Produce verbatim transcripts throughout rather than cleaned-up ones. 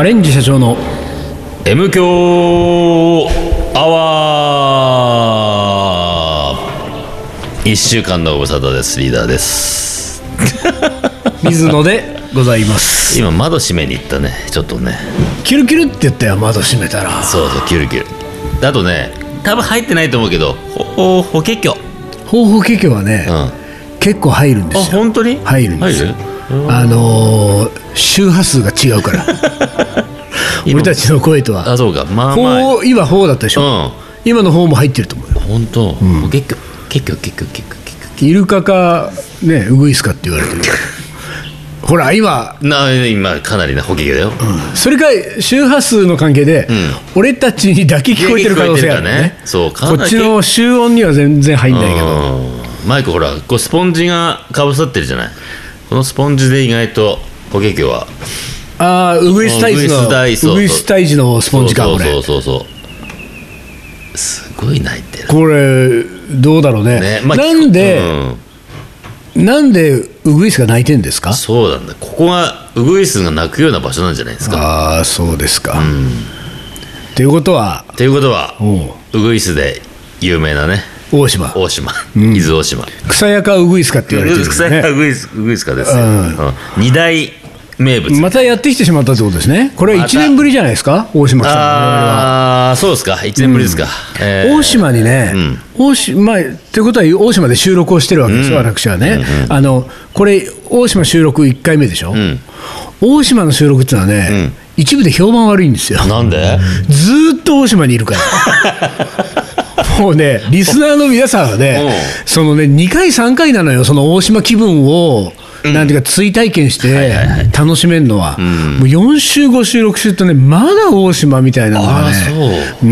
レンジ社長の M 強アワー。いっしゅうかんのご無沙汰です。リーダーです。 水野でございます。 今窓閉めに行ったね。ちょっとねキュルキュルって言ったよ、窓閉めたら。 そうそう、キュルキュル。あとね、多分入ってないと思うけど、ほ法華経方法華経はね、うん、結構入るんですよ。 あ、本当に入るんですよ。 入る？ あのー、周波数が違うから俺たちの声とは。 あ、そうか。まあまあ法今法だったでしょ、うん、今の法も入ってると思うよ。 本当。 うん、 結局結局結局結局イルカかね、ウグイスかって言われてるほら今な今かなりな法華経だよ、うん、 それか周波数の関係で、うん、俺たちにだけ聞こえてる可能性があるね。 そう、 こっちの集音には全然入んないけど、 マイクほらこうスポンジがかぶさってるじゃない。このスポンジで意外と法華経はああ、ウグイス退治のウグイス退治のスポンジか。これそうそうそうそう、すごい泣いてる。 これどうだろう ね, ね、まあ、なんで、うん、なんでウグイスが鳴いてんですか。 そうなんだ、ここがウグイスが鳴くような場所なんじゃないですか。 ああ、そうですか。っていうことはっていうことはウグイスで有名なね、 大島大島、うん、伊豆大島、 草やかウグイスかって言われてる、ね、草やかウグイス、ウグイスかですよ、うん、二大名物。 またやってきてしまったってことですね。これはいちねんぶりじゃないですか、大島さん。 ああ、そうですか、いちねんぶりですか、うん、 えー、大島にね、うん、大島、まあ、ということは大島で収録をしてるわけですよ、うん、私はね、うんうん、あのこれ大島収録いっかいめでしょ、うん、大島の収録っていうのはね、うん、一部で評判悪いんですよ。 なんで？ ずーっと大島にいるからもうね、リスナーの皆さんはね、そのね、にかいさんかいなのよ、その大島気分をなんていうか追体験して楽しめるのは、もうよん週ご週ろく週とね、まだ大島みたいなのがね、うん、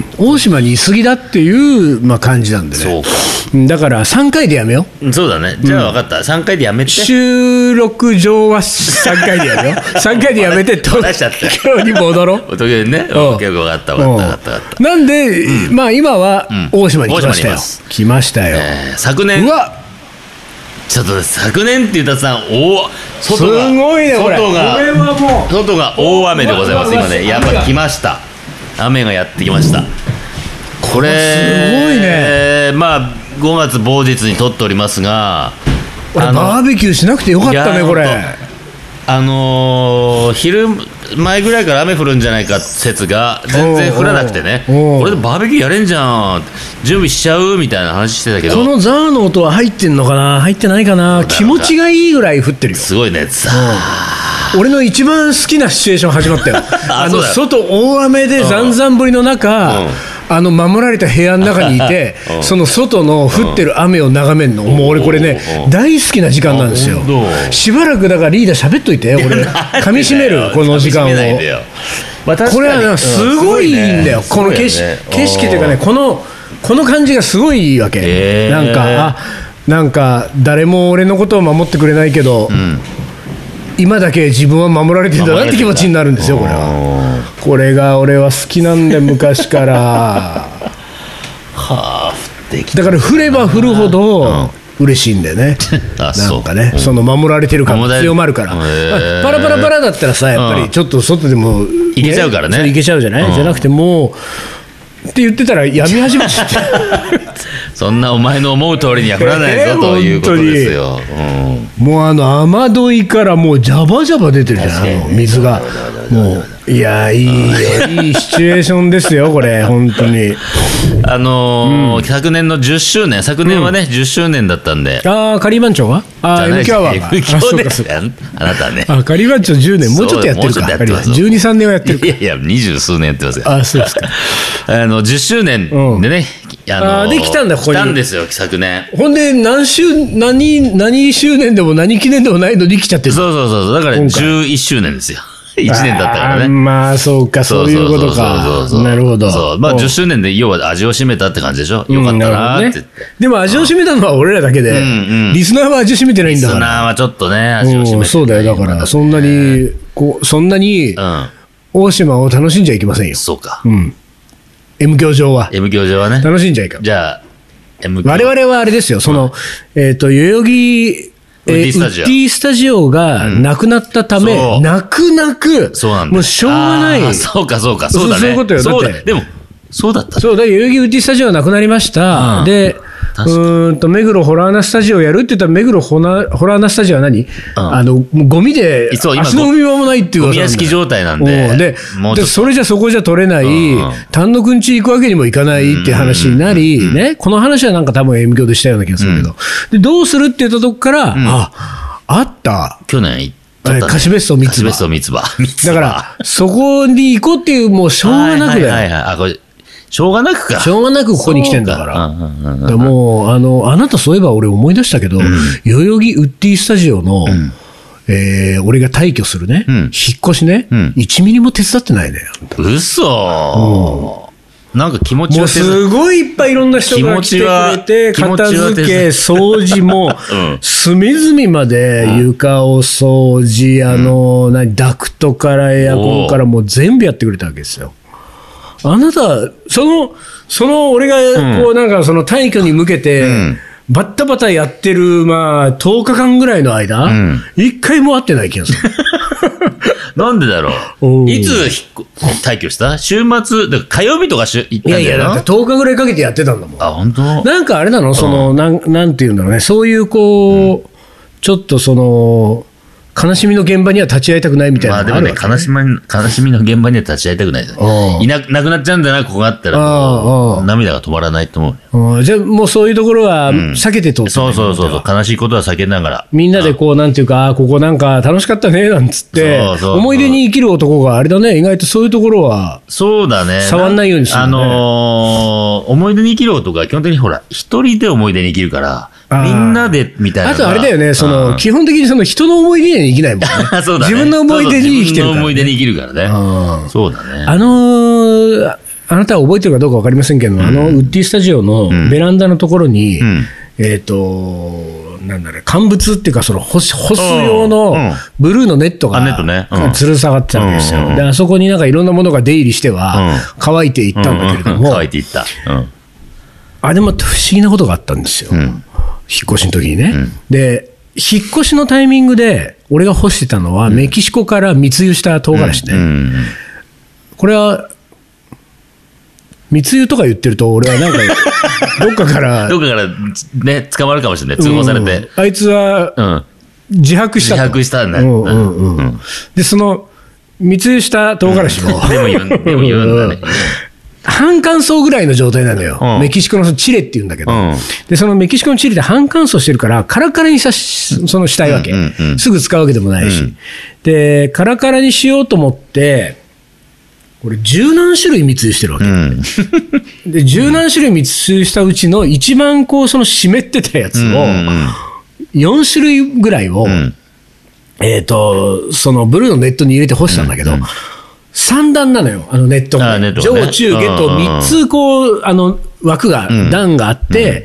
大島にいすぎだっていう、まあ、感じなんでね。そうか、だからさんかいでやめよう。 そうだね、じゃあ分かった、うん、さんかいでやめて、 収録上はさんかいでやめようさんかいでやめて東京に戻ろう東京にね、結構分かった分かった分かった。 なんで、うん、まあ今は大島に来ましたよ、うん、来ましたよ、 えー、昨年、 うわちょっと昨年って言ったらさ、お外がすごいね、これ外がこれはもう外が大雨でございます。今ね、やっぱ来ました、雨がやってきました。これすごいね、 えー、まあごがつ某日に撮っておりますが、 俺バーベキューしなくてよかったね。これあのー、昼前ぐらいから雨降るんじゃないか説が全然降らなくてね、これでバーベキューやれんじゃん、準備しちゃうみたいな話してたけど、 このザーの音は入ってんのかな、入ってないかな、気持ちがいいぐらい降ってるよ。 すごいね、ザー、 俺の一番好きなシチュエーション始まったよあの外大雨でざんざん降りの中、うん、あの守られた部屋の中にいてその外の降ってる雨を眺めるの、もう俺これね大好きな時間なんですよ。しばらくだからリーダー喋っといて、俺噛み締めるこの時間を。まあ、これはすごいいいんだよ、この景色、景色というかね、このこの感じがすごいいいわけ。なんかあなんか誰も俺のことを守ってくれないけど、うん、今だけ自分は守られてるんだなって気持ちになるんですよ。これはこれが俺は好きなんで昔からはあ、だから降れば降るほど嬉しいんだよねなんかね、その守られてる感が強まるから、まあ、パラパラパラだったらさ、やっぱりちょっと外でも、ね、 いけちゃうからね、 いけちゃうじゃない、うん、じゃなくてもうって言ってたらやみ始めちゃってそんなお前の思う通りには降らないぞ、えー、ということですよ、 うん、もうあの雨どいからもうジャバジャバ出てるじゃん、ね、水がもう、いやいいよいいシチュエーションですよこれ本当に。 あのーうん、昨年のじゅっしゅうねん、昨年はね、うん、じゅっしゅうねんだったんで、 ああカリー番長はああ M 響は M 響ですあなたね、 あカリー番長じゅうねんもうちょっとやってるか、じゅうに、さんねんはやってるか。 いやいや二十数年やってますよ。 あそうですかあのじゅっしゅうねんでね、うん、あのー、 あできたんだ、ここに来たんですよ昨年。 ほんで何周何何周年でも何記念でもないのに来ちゃってる。 そうそうそう、だからじゅういっしゅうねんですよいちねんだったからね。 まあそうか、そういうことか。なるほど。 そう、まあじゅっしゅうねんで要は味を占めたって感じでしょ。よかったなーって、うんね、 でも味を占めたのは俺らだけで、うんうん、リスナーは味を占めてないんだから。 リスナーはちょっとね味を占めてない。 そうだよ、だからそんなにこうそんなに大島を楽しんじゃいけませんよ。 そうか。 うん。M 響上は M 響上はね楽しんじゃいかん。 じゃあ M 響我々はあれですよ、その、えっと代々木えー、ウッディスタジオがなくなったため、うん、泣く泣く、 そうなんだ、 もうしょうがない。 そうかそうか、そうだね。 そういうことよ。 だって、でも、そうだった。 そうだ、代々木ウッディスタジオがなくなりました。うん、で、うーんと、目黒ホラーナスタジオやるって言ったら、目黒ホラホラーナスタジオは何、うん、あの、ゴミで、足の踏み場もないっていうゴミ屋敷状態なんで。 で、でそれじゃそこじゃ取れない、うん、丹野くん家行くわけにもいかないって話になり、ね、この話はなんか多分 エム 響でしたような気がするけど、うん、で、どうするって言ったとこから、うん、あ、あった。 去年行った、 ね。貸別荘三つ葉。 貸別荘三つ葉。 だから、そこに行こうっていう、もうしょうがなくだよ。 はいはいはい、あ、これしょうがなくか。 しょうがなくここに来てんだから。でもう、あの、あなたそういえば俺思い出したけど、うん、代々木ウッディスタジオの、うん、えー、俺が退去するね、うん、引っ越しね、うん、いちミリも手伝ってないね。 嘘、うん、なんか気持ちはもうすごいいっぱいいろんな人が来てくれて、片付け、掃除も、うん、隅々まで床を掃除、あの、何、ダクトからエアコンからもう全部やってくれたわけですよ。あなた、その、その俺が、こう、なんかその退去に向けて、バッタバタやってる、まあ、とおかかんぐらいの間、一、うん、回も会ってない気がする。 なんでだろう。いつ退去した？週末、だから火曜日とかし行ったんだよ。いやいや、だってとおかぐらいかけてやってたんだもん。 あ、本当？ なんかあれなのその、うん、なん、なんていうんだろうね。そういう、こう、うん、ちょっとその、悲しみの現場には立ち会いたくないみたいなのがあるわけ、ね。まあでもね、悲しみ、悲しみの現場には立ち会いたくないですね。いな、なくなっちゃうんだな、ここがあったら。涙が止まらないと思う。 じゃあもうそういうところは避けて通って、うん、 そうそうそうそう。悲しいことは避けながら。 みんなでこう、なんていうか、ここなんか楽しかったね、なんつって、そうそうそう、思い出に生きる男があれだね、意外とそういうところは。 そうだね。 触んないようにする、ね。 あのー、思い出に生きる男は基本的にほら、一人で思い出に生きるから、みんなでみたいな。 あとあれだよね、その、基本的にその人の思い出に生きないもんね。 そうだね。 自分の思い出に生きてるから、ね。自分の思い出に生きるからね。そうだね。 あのー、あなたは覚えてるかどうか分かりませんけど、うん、あのウッディスタジオのベランダのところに、うん、えっ、ー、と、なんだろう、乾物っていうか、その干す、干す用のブルーのネットが吊る下がってたわけですよ。で、あそこになんかいろんなものが出入りしては乾いていったんだけれども、 乾いていった。うん、 あれも不思議なことがあったんですよ。うん、引っ越しの時にね。うん、で、引っ越しのタイミングで俺が干してたのは、メキシコから密輸した唐辛子ね。うんうん、これは密輸とか言ってると、俺はなんかどっかからどっかからね捕まるかもしれない、通報されて、うん、 あいつは自白した自白したんだ、 うんうんうんうん、でその密輸した唐辛子も、うん、 でも言うんでも言うんだね半乾燥ぐらいの状態なのよ、うん、メキシコのチレって言うんだけど、うん、でそのメキシコのチレで半乾燥してるからカラカラにさしそのしたいわけ、うんうんうん、すぐ使うわけでもないし、うん、でカラカラにしようと思ってこれ十何種類密輸してるわけ、うん、で十何種類密輸したうちの一番こうその湿ってたやつをよん種類ぐらいを、うん、えーとそのブルーのネットに入れて干したんだけど、うんうん、さん段なのよ、あのネットが、ね、上中下とみっつこうあの枠が、うん、段があって、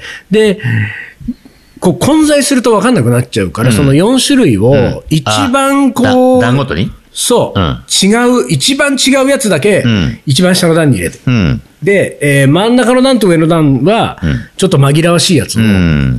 うん、でこう混在すると分かんなくなっちゃうから、うん、そのよん種類を一番こう、 段ごとにそう、うん、違う一番違うやつだけ、うん、一番下の段に入れて、うん、で、えー、真ん中の段と上の段はちょっと紛らわしいやつを、うん、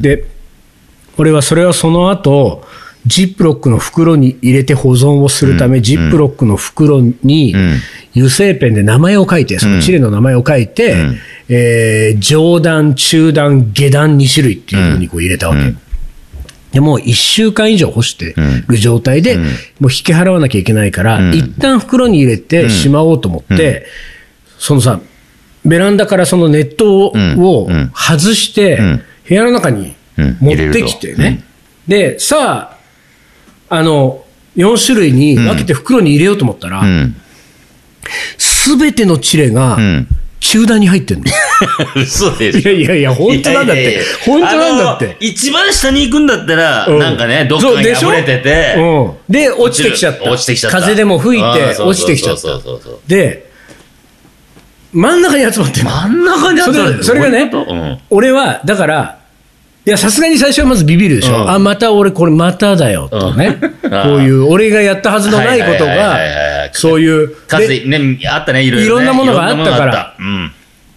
で俺はそれはその後ジップロックの袋に入れて保存をするため、うん、ジップロックの袋に油性ペンで名前を書いて、そのチレの名前を書いて、うんえー、上段、中段、下段に種類っていうふうにこう入れたわけ。うん、でもういっしゅうかん以上干してる状態で、うん、もう引き払わなきゃいけないから、うん、一旦袋に入れてしまおうと思って、うん、そのさ、ベランダからそのネットを外して、部屋の中に持ってきてね。で、さあ、あの、よん種類に分けて袋に入れようと思ったら、すべ、うん、てのチレが中段に入ってんの。 嘘でしょ。 いやいやいや、本当なんだって。いやいやいや本当なんだって。 一番下に行くんだったら、うん、なんかね、どっかに溢れてて、 うん、で、落ちてきちゃった。 落ちてきちゃった。 風でも吹いて、落ちてきちゃった。で、真ん中に集まってる。 真ん中に集まってる。 それがね、うん、俺は、だから、いや、さすがに最初はまずビビるでしょ。うん、あ、また俺これまただよ、とね。うん、こういう、俺がやったはずのないことが、そういう。 数ね、あったね、いろいろ、ね。 いろんなものがあったから。 うん、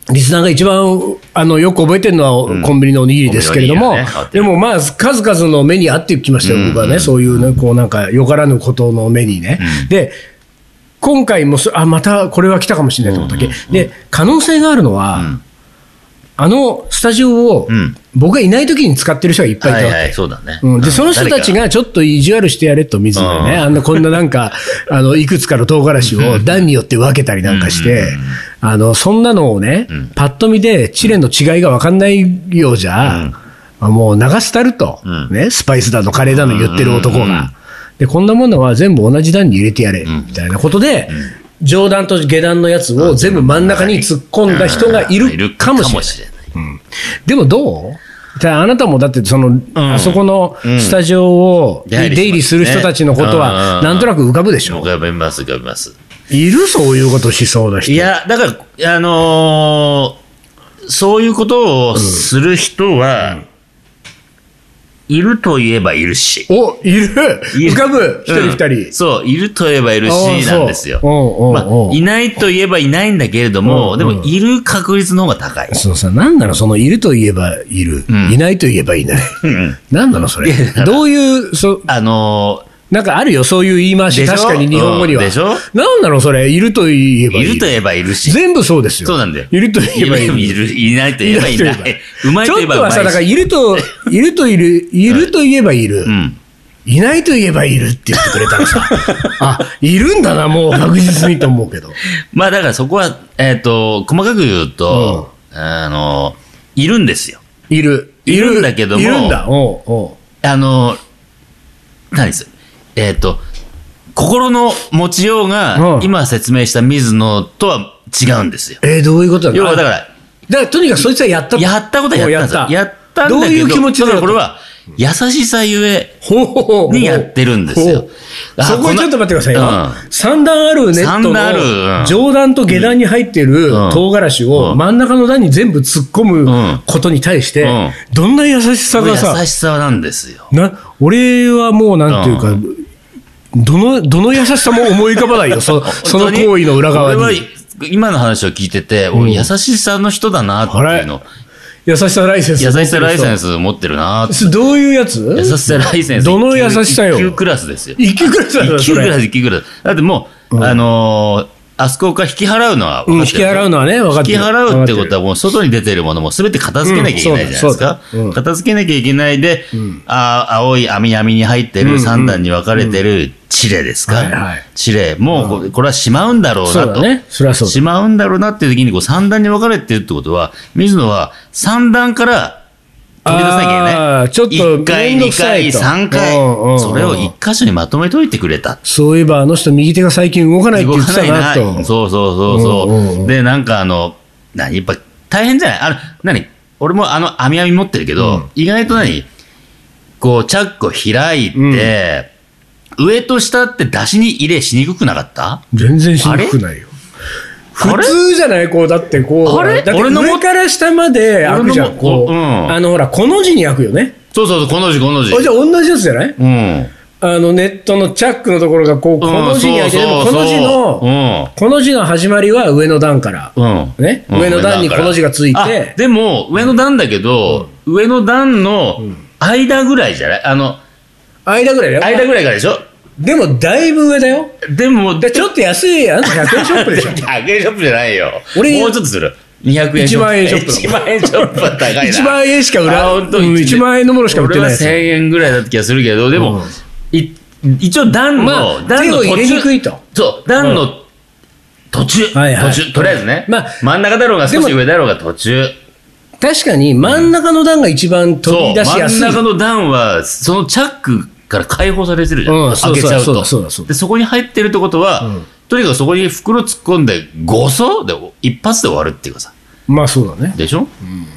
リスナーが一番あのよく覚えてるのは、うん、コンビニのおにぎりですけれども、ね、でもまあ数々の目にあってきましたよ、うん、僕はね、そういうね、こうなんかよからぬことの目にね、うん、で今回もあまたこれは来たかもしれないと思ったっけ、うんうんうん、で可能性があるのは、うん、あのスタジオを、うん、僕がいない時に使ってる人がいっぱいいたわけ、はいはい、そうだね、うん、でその人たちがちょっと意地悪してやれと水野ね、うん、あんなこんななんかあのいくつかの唐辛子を段によって分けたりなんかして、うんあのそんなのをね、うん、パッと見でチレの違いが分かんないようじゃ、うん、もう流したると、うんね、スパイスだのカレーだの言ってる男が、うんうんうん、でこんなものは全部同じ段に入れてやれ、うん、みたいなことで、うん、上段と下段のやつを全部真ん中に突っ込んだ人がいるかもしれない、うん、でもどうじゃあ、あなたもだってその、うん、あそこのスタジオを出入りする人たちのことはなんとなく浮かぶでしょ。 浮かびます浮かびます。 いるそういうことしそうな人。 いやだからあのー、そういうことをする人は、うん、いるといえばいるし。 おいる浮かぶ一人二人、 うん、そういるといえばいるしなんですよ。 おうおうおう、 まあ、いないといえばいないんだけれども、うん、でもいる確率の方が高い。 そうさ、なんなのそのいるといえばいる、うん、いないといえばいない、うん、なんなのそれ。どういうそあのーなんかあるよ、そういう言い回し、確かに日本語には。 でしょ？ なんなのそれ、いると言えばいる。 いると言えばいるし。 全部そうですよ。 そうなんだよ。 いると言えばいる。 いる、いないと言えばいない。うまいと言えばうまいし。ちょっとはさ、だからいると、 いるといる、いると言えばいる。うん。いないと言えばいるって言ってくれたらさ、あ、いるんだな、もう確実にと思うけど。 まあだからそこは、えっと、細かく言うと、うん、あの、いるんですよ。 いる。 いるんだけども、 いるんだ。おうおうあの、何ですえっと、心の持ちようが、今説明した水野とは違うんですよ。 えー、どういうことだろう。 要はだから、 だからとにかくそいつはやったやったことはやったんですよ。やったんだけど、 どういう気持ちだろう。 これは、優しさゆえにやってるんですよ。 そこにちょっと待ってくださいよ。うん、三段あるネットの上段と下段に入ってる唐辛子を真ん中の段に全部突っ込むことに対して、どんな優しさがさ、 優しさなんですよ。 な俺はもうなんていうか、うんどの、どの優しさも思い浮かばないよ。そ, その行為の裏側に。俺は今の話を聞いてて、うん、優しさの人だなっていうの。 優しさライセンス。 優しさライセンス持ってるなって。 どういうやつ？ 優しさライセンス。 どの優しさよ。 一級クラスですよ。 一級クラスだよ。 一級クラス、一級クラス。だってもう、うん、あのー、あそこから引き払うのは分かってる、うん、引き払うのはね、分かってる。 引き払うってことはもう外に出てるものも全て片付けなきゃいけないじゃないですか。うんうん、片付けなきゃいけないで、うん、あ青い網網に入ってるさん段に分かれてるチレですか。はいはい、チレ。もうこれはしまうんだろうなと。そうだね。それはそうだ。しまうんだろうなっていう時にこうさん段に分かれてるってことは、水野はさん段から取り出さなきゃいけない。 ちょっといっかい、にかい、さんかい、それをいっ箇所にまとめといてくれた。 そういえばあの人右手が最近動かないって言ってたなと。 そうそうそうそう。うんうんうん、で、なんかあの、何、やっぱ大変じゃないあの、何俺もあの網網持ってるけど、うん、意外と何こう、チャックを開いて、うん、上と下って出しに入れしにくくなかった？ 全然しにくくないよ。普通じゃないこうだってこうあれだって上から下まで開くじゃんこう、うん、あのほらこの字に開くよね。 そうそうそうこの字この字。 じゃあ同じやつじゃない？うん。あのネットのチャックのところがこうこの字に開いて、でもこの字の、うん、この字の始まりは上の段から、うんね、上の段にこの字がついて、 でも上の段だけど、うん、上の段の間ぐらいじゃない？あの間ぐらいだよ。 間ぐらいからでしょ。 でもだいぶ上だよ。 でもでちょっと安いあのひゃくえんショップでしょ。ひゃくえんショップじゃないよ。俺もうちょっとする。にひゃくえんショップ。いちまんえんショップ。いちまんえんショップは高いな。いちまんえんしか売らない。うん、いちまんえんのものしか売ってない。俺はせんえんぐらいだった気がするけど、でも、うん、い一応段の、まあ、段の途中。手を入れにくいと。そう、段の途中。うんはいはい、途中。とりあえずね。まあ、真ん中だろうが少し上だろうが途中。 確かに真ん中の段が一番取り出しやすい。 真ん中の段は、そのチャック、から解放されてるじゃん、うん、開けちゃうと。そうそうでそこに入ってるってことは、うん、とにかくそこに袋突っ込んでごそで一発で終わるっていうかさ。 まあそうだね。 でしょ、うん、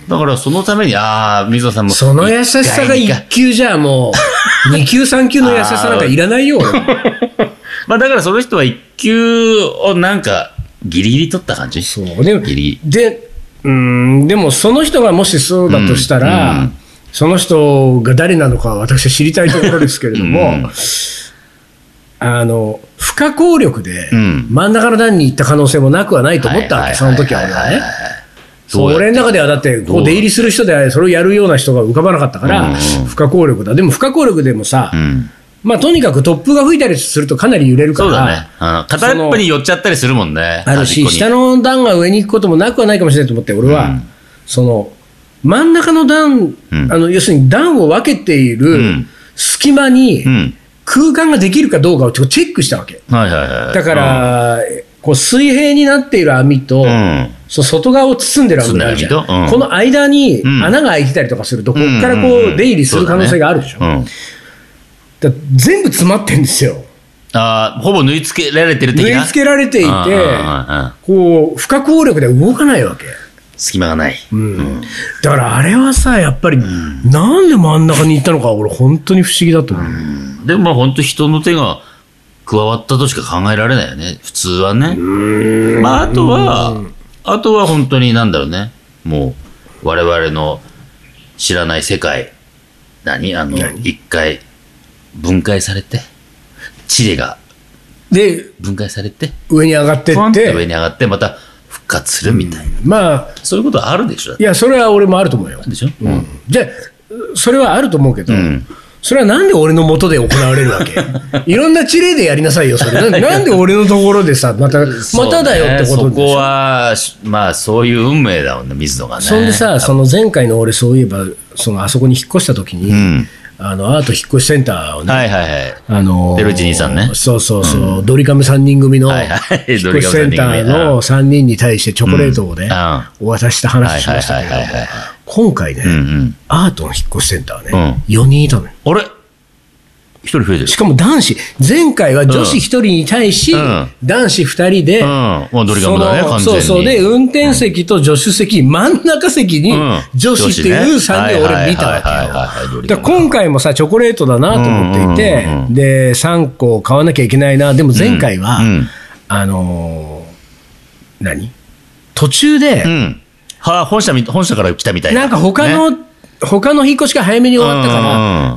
だからそのためにああ水野さんもその優しさがいっ級じゃもうに級さん級の優しさなんかいらないよ。 まあだからその人はいっ級をなんかギリギリ取った感じ。 そうでもギリギリでうんでもその人がもしそうだとしたら、うんうんその人が誰なのか私は知りたいところですけれども、うん、あの不可抗力で真ん中の段に行った可能性もなくはないと思ったわけ、その時は俺はね。 そう俺の中ではだってこう出入りする人でそれをやるような人が浮かばなかったから、うん、不可抗力だ。でも不可抗力でもさ、うん、まあ、とにかく突風が吹いたりするとかなり揺れるから、 そうだね、あの片っぽに寄っちゃったりするもんね。 あるし、下の段が上に行くこともなくはないかもしれないと思って、俺は、うん、その真ん中の段、うん、あの要するに段を分けている隙間に空間ができるかどうかをちょっとチェックしたわけ。 はいはいはい、 だから、うん、こう水平になっている網と、うん、そ外側を包んでる網があるじゃん、うん、この間に穴が開いてたりとかすると、ここからこう出入りする可能性があるでしょ、うんうん、だ全部詰まってるんですよ。 あ、ほぼ縫い付けられてる的な、 縫い付けられていて、こう不可抗力で動かないわけ。 隙間がない、 うんうん、だからあれはさ、やっぱり、うん、なんで真ん中に行ったのか俺本当に不思議だと思う、うん、 でもまあ本当人の手が加わったとしか考えられないよね、普通はね。まあ、あとはあとは本当になんだろうね、もう我々の知らない世界、何あの一回分解されて、地理がで分解されて上に上がってって、 上に上がってまた復活するみたいな、 うん、まあそういうことあるでしょ。 いや、それは俺もあると思うよ。 でしょ、 うん、じゃあそれはあると思うけど、うん、それはなんで俺の元で行われるわけいろんな地例でやりなさいよ、それ。な, なんで俺のところでさ、また、まただよってことでしょ。 そこは、まあそういう運命だもんね、水野がね。 そんでさ、その前回の俺、そういえば、そのあそこに引っ越したときに、うん、あのアート引っ越しセンターをね、 はいはいはい、 あのデルチニーさんね、 そうそうそう、うん、ドリカムさんにん組の引っ越しセンターのさんにんに対してチョコレートをね、うん、お渡しした話しましたけど、今回ね、うんうん、アートの引っ越しセンターはね、うん、よにんいたのよ。 あれ一人増えてる。 しかも男子、前回は女子一人に対し、うん、男子二人で、うん、 まあ、ドリカムだね、完全に。 そうそう。で、運転席と助手席、真ん中席に女子っていうさんにんを俺見たわけよ。今回もさ、チョコレートだなと思っていて、うんうんうん、で、さんこ買わなきゃいけないな。でも前回は、うんうん、あのー、何途中で、うん、 はあ、本社、本社から来たみたいな。 なんか他の、ね、他の引っ越しが早めに終わったから、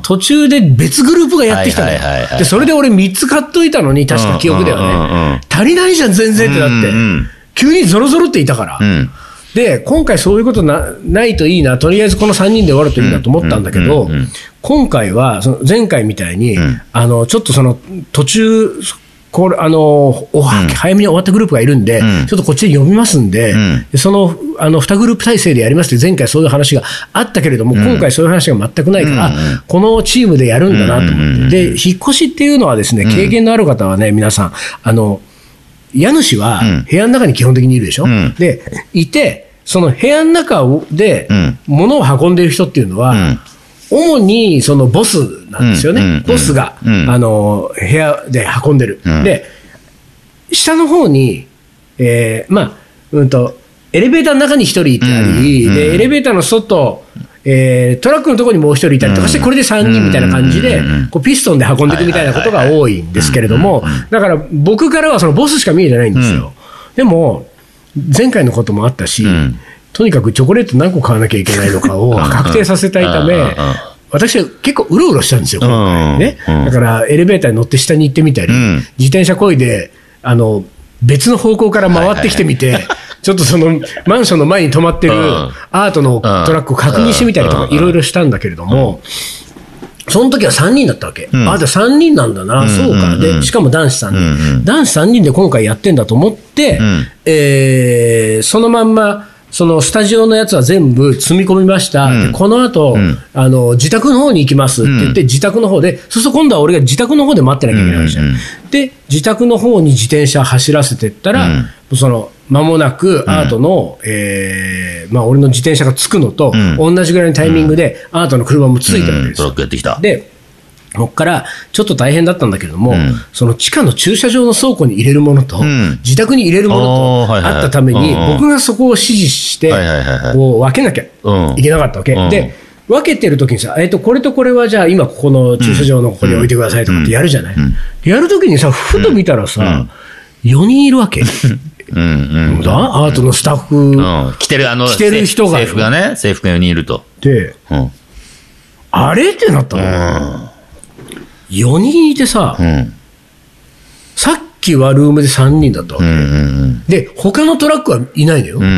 途中で別グループがやってきたのよ。で、それで俺みっつ買っといたのに、確か記憶ではね、足りないじゃん全然ってなって、急にゾロゾロっていたから。で、今回そういうこと な, ないといいな、とりあえずこのさんにんで終わるといいなと思ったんだけど、今回はその前回みたいに、あのちょっとその途中、これあのおは、うん、早めに終わったグループがいるんで、うん、ちょっとこっちで読みますんで、うん、でそのあのにグループ体制でやりますって前回そういう話があったけれども、うん、今回そういう話が全くないから、うん、このチームでやるんだなと思って、うん、で引っ越しっていうのはですね、経験のある方はね、皆さんあの家主は部屋の中に基本的にいるでしょ、うん、でいてその部屋の中で物を運んでいる人っていうのは、うん主にそのボスなんですよね、うんうんうん、ボスが、うん、あの部屋で運んでる、うん、で下の方に、えーまあうんと、エレベーターの中に一人いたり、うんうん、でエレベーターの外、えー、トラックのところにもう一人いたりとかして、これでさんにんみたいな感じで、こうピストンで運んでいくみたいなことが多いんですけれども、だから僕からはそのボスしか見えてないんですよ、うん、でも前回のこともあったし、うんとにかくチョコレート何個買わなきゃいけないのかを確定させたいため、私は結構うろうろしたんですよ、今回ね。だからエレベーターに乗って下に行ってみたり、自転車こいであの別の方向から回ってきてみて、ちょっとそのマンションの前に止まってるアートのトラックを確認してみたりとかいろいろしたんだけれども、その時はさんにんだったわけ。うん、あ、じゃあさんにんなんだな、うん、そうか。で、しかも男子さんにん。うん、男子さんにんで今回やってんだと思って、うん、えー、そのまんま、そのスタジオのやつは全部積み込みました、うん、でこの後、うん、あの自宅の方に行きますって言って、うん、自宅の方で、そうすると今度は俺が自宅の方で待ってなきゃいけないわけじゃん、うんうん、で自宅の方に自転車走らせてったら、うん、その間もなくアートの、うんえーまあ、俺の自転車が着くのと、うん、同じぐらいのタイミングで、アートの車も着いたわけですよ、 うんうん、トラックやってきた。 でここからちょっと大変だったんだけれども、うん、その地下の駐車場の倉庫に入れるものと、うん、自宅に入れるものとあったために、僕がそこを指示して、こう分けなきゃいけなかったわけ、うん、で分けてるときにさ、えーと、これとこれはじゃあ今ここの駐車場のここに置いてくださいとかってやるじゃない、うんうん、やるときにさ、ふと見たらさ、うん、よにんいるわけうんうんうん、アートのスタッフ、 うん、着てるあの着てる人が制服がね、制服がよにんいるとで、うん、あれってなったの、うんよにんいてさ、うん、さっきはルームでさんにんだったわけ、うんうんうん、で他のトラックはいないのよ、うん、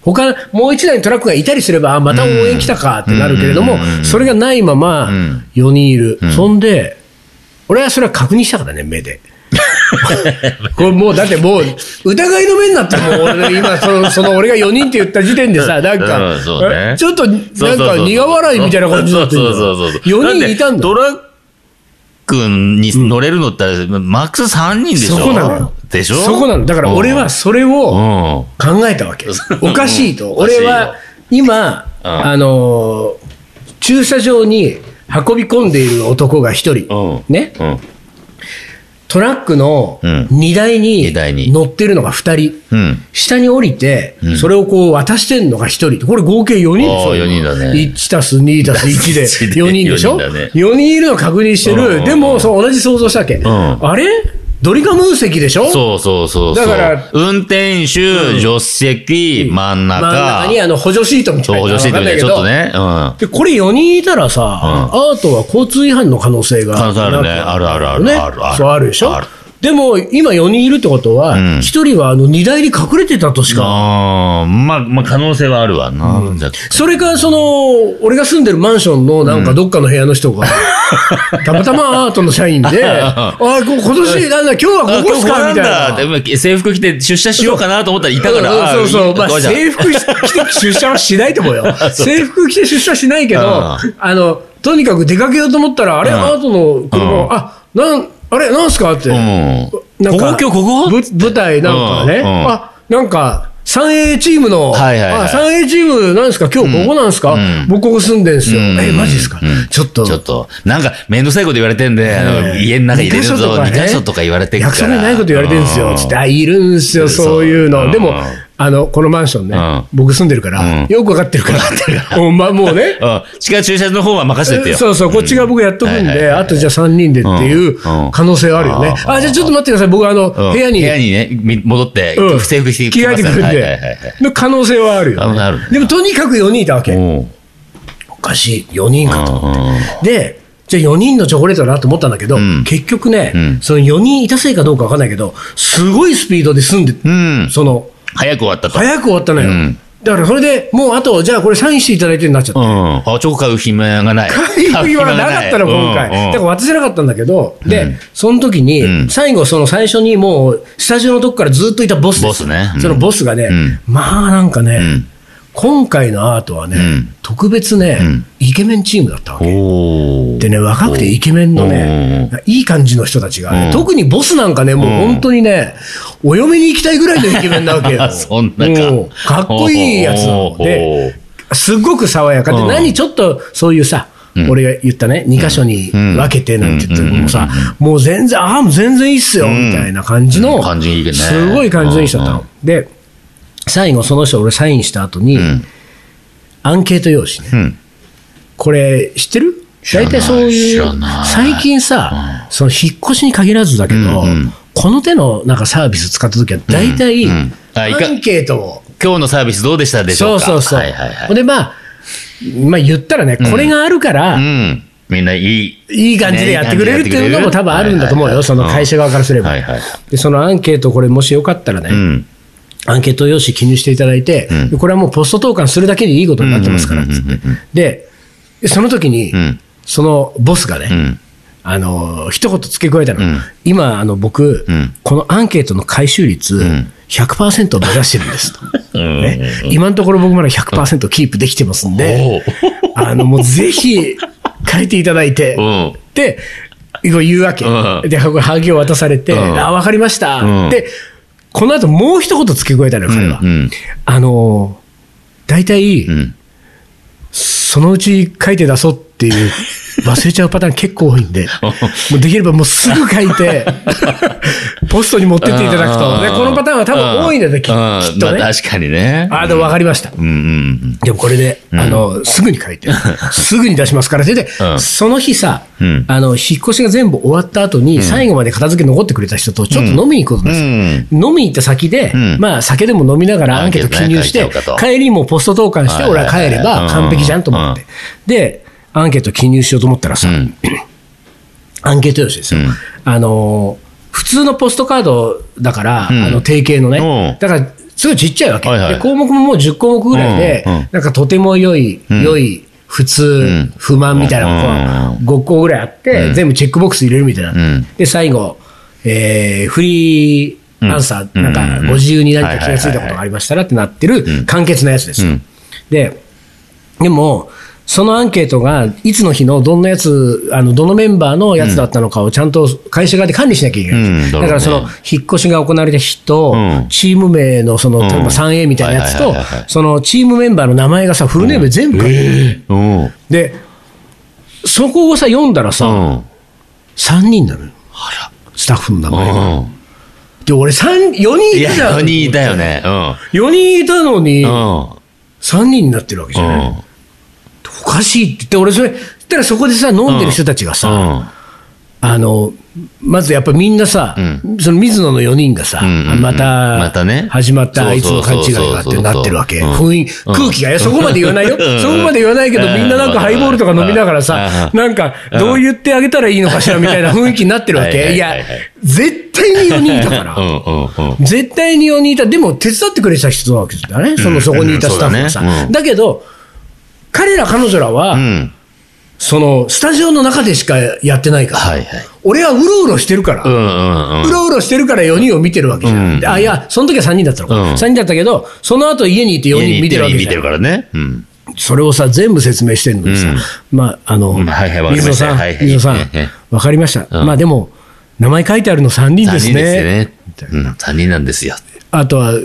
他もう一台のトラックがいたりすれば、あまた応援来たかってなるけれども、それがないままよにんいる、そんで、俺はそれは確認したからね、目で。これもうだってもう疑いの目になってもう俺今そのその俺がよにんって言った時点でさなんか、うんそうね、ちょっとなんか苦笑いみたいな感じになってるよにんいたんだ。 トラックに乗れるのって、うん、マックスさんにんでしょ。 そこなのよ。 でしょ。 そこなの。だから俺はそれを考えたわけ、うん、おかしいと。俺は今、うん、あの駐車場に運び込んでいる男が一人、うん、ね、うんトラックの荷台に乗ってるのがふたり、うん、下に降りて、それをこう渡してるのがひとり、これ合計よにんでしょ。 よにんだね。 いちたすにたすいちでよにんでしょ。よにんだね。よにんいるのを確認してる。でもそう同じ想像したわけ。うん、あれドリカム席でしょ。 そうそうそう。だから、運転手、助手席、真ん中。 真ん中にあの補助シートみたいな。 補助シートみたいな。ちょっとね。 うん。で、これよにんいたらさ、うん、アートは交通違反の可能性が。 可能性あるね。あるあるある。 ね。 あるある。 そうあるでしょ。ある。でも、今よにんいるってことは、ひとりはあの荷台に隠れてたとしか。 ああ、まあ、まあ、可能性はあるわな。うん、 それか、その、俺が住んでるマンションのなんかどっかの部屋の人が、うん、たまたまアートの社員で、ああ、今年なんだ、今日はここですかみたいな。 制服着て出社しようかなと思ったらいたから。 そうそうそう。まあ、制服着て出社はしないと思うよ。制服着て出社しないけど、あの、とにかく出かけようと思ったら、あれ、アートの車、あ、なん、あれ、なんすかって。うん、 なんかここ今日ここ舞台なんかね、うんうん、あ、なんか、さんエー チームの、はいはいはい、あ、さんエー チームなんですか今日ここなんですか、うん、僕ここ住んでんすよ。うん、え、マジですか、うん、ちょっと。 ちょっと、なんか、めんどくさいこと言われてんで、あの、家の中入れるぞ、にかしょとか言われてるから。 約束にないこと言われてるんですよ。つって、あ、いるんすよ、そういうの。でも、あの、このマンションね、うん、僕住んでるから、うん、よくわかってるから。うん、まあもうね。 うん。地下駐車場の方は任せてよ。 そうそう、こっちが僕やっとくんで、あとじゃあさんにんでっていう可能性あるよね。あ、じゃあちょっと待ってください。僕あの、部屋に。 部屋にね、戻って、制服して着替えてくるんで。の可能性はあるよ。ある。でもとにかくよにんいたわけ。おかしい。よにんかと思って。で、じゃあよにんのチョコレートだなと思ったんだけど、結局ね、そのよにんいたせいかどうかわかんないけど、すごいスピードで済んで、その、 早く終わったと。 早く終わったのよ。うん、だからそれでもうあと、じゃあこれサインしていただいてになっちゃって。うん、 あ、チョコ買う暇がない。 買う暇がなかったの、今回。うんうん、だから渡せなかったんだけど、で、うん、その時に、うん、最後、その最初にもう、スタジオのとこからずっといたボスです。 ボスね。 うん、そのボスがね、うん、まあなんかね、うん今回のアートはね、うん、特別ね、うん、イケメンチームだったわけ。でね、若くてイケメンのね、いい感じの人たちが、ね、特にボスなんかね、もう本当にね、お嫁に行きたいぐらいのイケメンなわけよ。 そんなか。かっこいいやつなので、すっごく爽やかで、何ちょっとそういうさ、うん、俺が言ったね、に箇所に分けてなんて言ってもさ、もう全然、ああ、もう全然いいっすよ、みたいな感じの、すごい感じのいい人だったの。で、最後その人俺サインした後に、うん、アンケート用紙ね、うん、これ知ってる？大体そういう最近さ、うん、その引っ越しに限らずだけど、うんうん、この手のなんかサービス使った時は大体、うんうん、アンケートを今日のサービスどうでしたでしょうか。 そうそうそう、はいはいはい、でまあ、まあ言ったらね、これがあるから、 うんうんみんないい、 いい感じでやってくれるっていうのも多分あるんだと思うよ、その会社側からすれば。はいはいはい、でそのアンケートこれもしよかったらね、うんアンケート用紙記入していただいて、うん、これはもうポスト投函するだけでいいことになってますからつって、で、その時に、うん、そのボスがね、うん、あの一言付け加えたの、うん、今あの僕、うん、このアンケートの回収率、うん、ひゃくパーセント を目指してるんですと、ね、今のところ僕まだ ひゃくパーセント キープできてますんで、あのもうぜひ書いていただいて、で、言うわけ。で、はがきを渡されて、あ、わかりました。でこの後もう一言付け加えたのよ、彼は。うんうん、あの、大体、うん、そのうち書いて出そうっていう、忘れちゃうパターン結構多いんで、もうできればもうすぐ書いて、ポストに持ってっていただくと、ね、このパターンは多分多いんだよね、きっとね。 まあ、確かにね。 ああ、でも分かりました。うんうん、でもこれで、うん、あの、すぐに書いて、すぐに出しますからって言って、うん、その日さ、うん、あの、引っ越しが全部終わった後に、うん、最後まで片付け残ってくれた人とちょっと飲みに行くことです。うん、飲みに行った先で、うん、まあ、酒でも飲みながらアンケート記入して、帰りもポスト投函して、俺は帰れば完璧じゃんと思って。で、アンケート記入しようと思ったらさ、うん、アンケート用紙ですよ、うん、あの普通のポストカードだから、うん、あの定型のね、だからすごいちっちゃいわけ、 はいはい、 で項目ももうじゅっこうもくぐらいで、うんうん、なんかとても良い、うん、良い、普通、うん、不満みたいなのがごこぐらいあって、うん、全部チェックボックス入れるみたいな、うん、で最後、えー、フリーアンサー、うん、なんかご自由に何か気がついたことがありましたらってなってる簡潔なやつですよ、うん、で, でもそのアンケートがいつの日のどんなやつ、あのどのメンバーのやつだったのかをちゃんと会社側で管理しなきゃいけない、うん、だからその引っ越しが行われた日と、うん、チーム名のその、例えば スリーエー みたいなやつと、そのチームメンバーの名前がさ、フルネームで全部書いてる、うんえー、でそこをさ読んだらさ、うん、さんにんなのよ、あらスタッフの名前が、うん、で俺よにんいたじゃん、 よにんいたよね、うん、 よにんいたのに、うん、さんにんになってるわけじゃない、うん、おかしいって言って、俺それそしたらそこでさ飲んでる人たちがさ、うんうん、あのまずやっぱみんなさ、うん、その水野のよにんがさ、うんうんうん、また、またね、始まったあいつの勘違いがあってなってるわけ、雰囲気、空気が、いやそこまで言わないよ、そこまで言わないけど、みんななんかハイボールとか飲みながらさ、なんかどう言ってあげたらいいのかしらみたいな雰囲気になってるわけ、いや、絶対によにんいたから、絶対によにんいた、でも手伝ってくれた人なわけだね、そのそこにいたスタッフがさ。うんうんだね、だけど、彼ら、彼女らは、うんそのスタジオの中でしかやってないから、はいはい、俺はうろうろしてるから、うんうんうん、うろうろしてるからよにんを見てるわけじゃん、うんうん、あいやその時はさんにんだったのか、うん、さんにんだったけどその後家にいてよにん見てるわけじゃん、見てるからね、うん、それをさ全部説明してるのにさ、うん、まああの、うんはいはい、水野さん、はいはい、水野さん分かりました、うん、まあでも名前書いてあるのさんにんですね、さんにんですよね、うん、さんにんなんですよ、あとは、うん、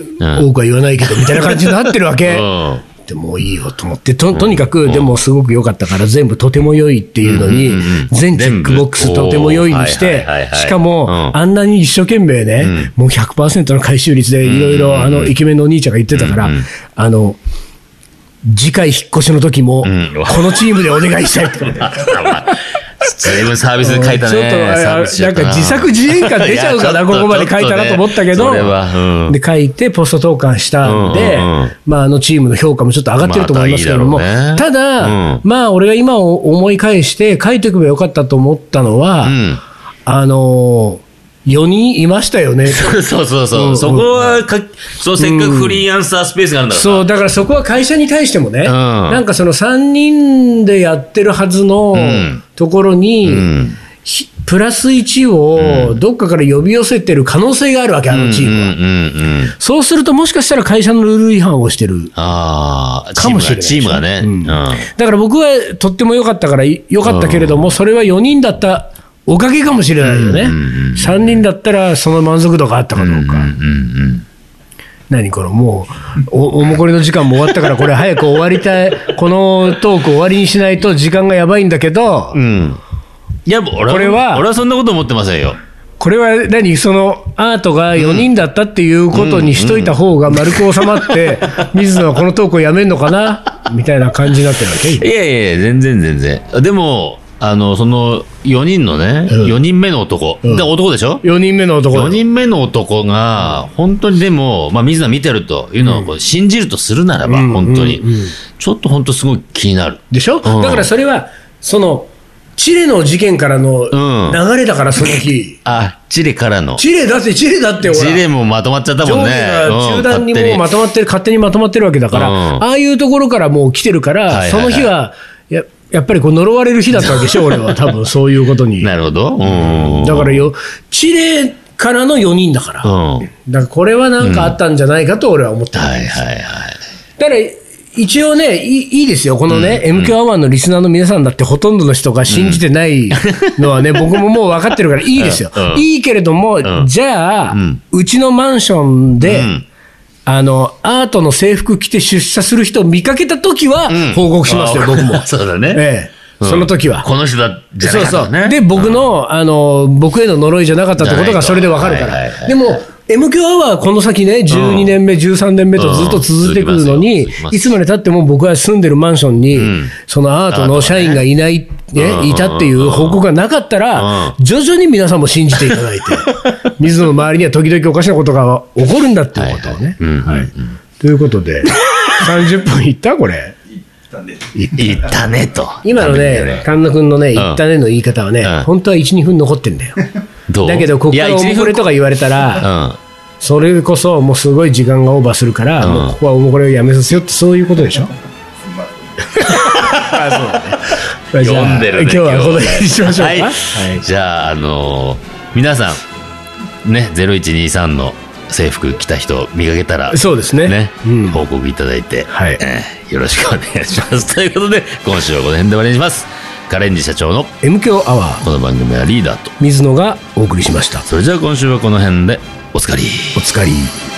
多くは言わないけどみたいな感じになってるわけ、うんでもいいよと思って と, とにかくでもすごく良かったから全部とても良いっていうのに全チェックボックスとても良いにしてしかもあんなに一生懸命ねもう ひゃくパーセント の回収率でいろいろあのイケメンのお兄ちゃんが言ってたからあの次回引っ越しの時もこのチームでお願いしたいって随分サービス書いたね。 ちょっとなんか自作自演感出ちゃうかなここまで書いたなと思ったけど、ねうん、で書いてポスト投函したんで、うんうんうんまあ、あのチームの評価もちょっと上がってると思いますけれども、まあいいだろうね、ただ、うん、まあ俺が今思い返して書いておけばよかったと思ったのは、うん、あのーよにんいましたよね。 そうそうそうそう、うん、そこはかそうせっかくフリーアンサースペースがあるんだから、 うん、そうだからそこは会社に対してもね、うん、なんかそのさんにんでやってるはずのところに、うん、プラスいちをどっかから呼び寄せてる可能性があるわけ、あのチームは、うんうんうんうん、そうするともしかしたら会社のルール違反をしてるかもしれない、 チームがね、うんうん、 だから僕はとっても良かったから良かったけれども、うん、それはよにんだったおかげかもしれないよね、うんうんうん、さんにんだったらその満足度があったかどうか、うんうんうん、何このもう お, おもこりの時間も終わったからこれ早く終わりたいこのトーク終わりにしないと時間がやばいんだけど、うん、 いや俺はこれは俺はそんなこと思ってませんよ。 これは何そのアートがよにんだったっていうことにしといた方が丸く収まって水野はこのトークをやめんのかなみたいな感じになってるわけ。 いやいや全然全然でもあのそのよにんのね、うん、よにんめの男、うん、で男でしょよにんめの男よにんめの男が本当にでも、まあ、水野見てるというのをこう信じるとするならば、うん、本当に、うんうんうん、ちょっと本当すごい気になるでしょ、うん、だからそれはそのチレの事件からの流れだから、うん、その日あチレからのチレだってチレだってほらチレもまとまっちゃったもんね。 上下が中段にもうまとまってる、うん、勝手にまとまってるわけだから、うん、ああいうところからもう来てるから、はいはいはい、その日はややっぱりこう呪われる日だったわけでしょ俺は多分そういうことになるほど、 うん、だからよチレからのよにんだから、うん、だからこれは何かあったんじゃないかと俺は思ってるんです、うんはいはいはい、だから一応ねいい、いいですよこのね、うん、エムキュー アワーのリスナーの皆さんだってほとんどの人が信じてないのはね、うん、僕ももう分かってるからいいですよ、うん、いいけれども、うん、じゃあ、うん、うちのマンションで、うんあのアートの制服着て出社する人を見かけたときは報告しますよ、うん、僕もそうだね、 ええ、その時は、 うん、この人だじゃないかとね。そうそうで僕の、うん、あの僕への呪いじゃなかったってことがそれでわかるから、はいはいはい、でも エムキュー アワーはこの先ねじゅうにねんめ、うん、じゅうさんねんめとずっと続いてくるのに、うん、いつまでたっても僕は住んでるマンションに、うん、そのアートの社員がいない、ねね、いたっていう報告がなかったら、うん、徐々に皆さんも信じていただいて水野の周りには時々おかしなことが起こるんだっていうことをね、はいはいうんはい、ということでさんじゅっぷんいったこれいったねと今のね菅野君のねいったねの言い方はね、うん、本当はいちにふん残ってんだよだけどここからおもこれとか言われたら、うん、 それこそもうすごい時間がオーバーするから、うん、もうここはもうこれをやめさせようってそういうことでしょ。あ、そうだね。 読んでるね。 今日はこの辺にしましょうか。はい。はい、 じゃあ、あのー、皆さんね、ゼロいちにさんの制服着た人見かけたら、 そうですね。ね、 うん、報告いただいて、はい、えー、よろしくお願いします。ということで、今週はこの辺で終わりにします。カレンジ社長のエム 強アワー。 この番組はリーダーと水野がお送りしました。 それじゃあ今週はこの辺でおつかり。 おつかり。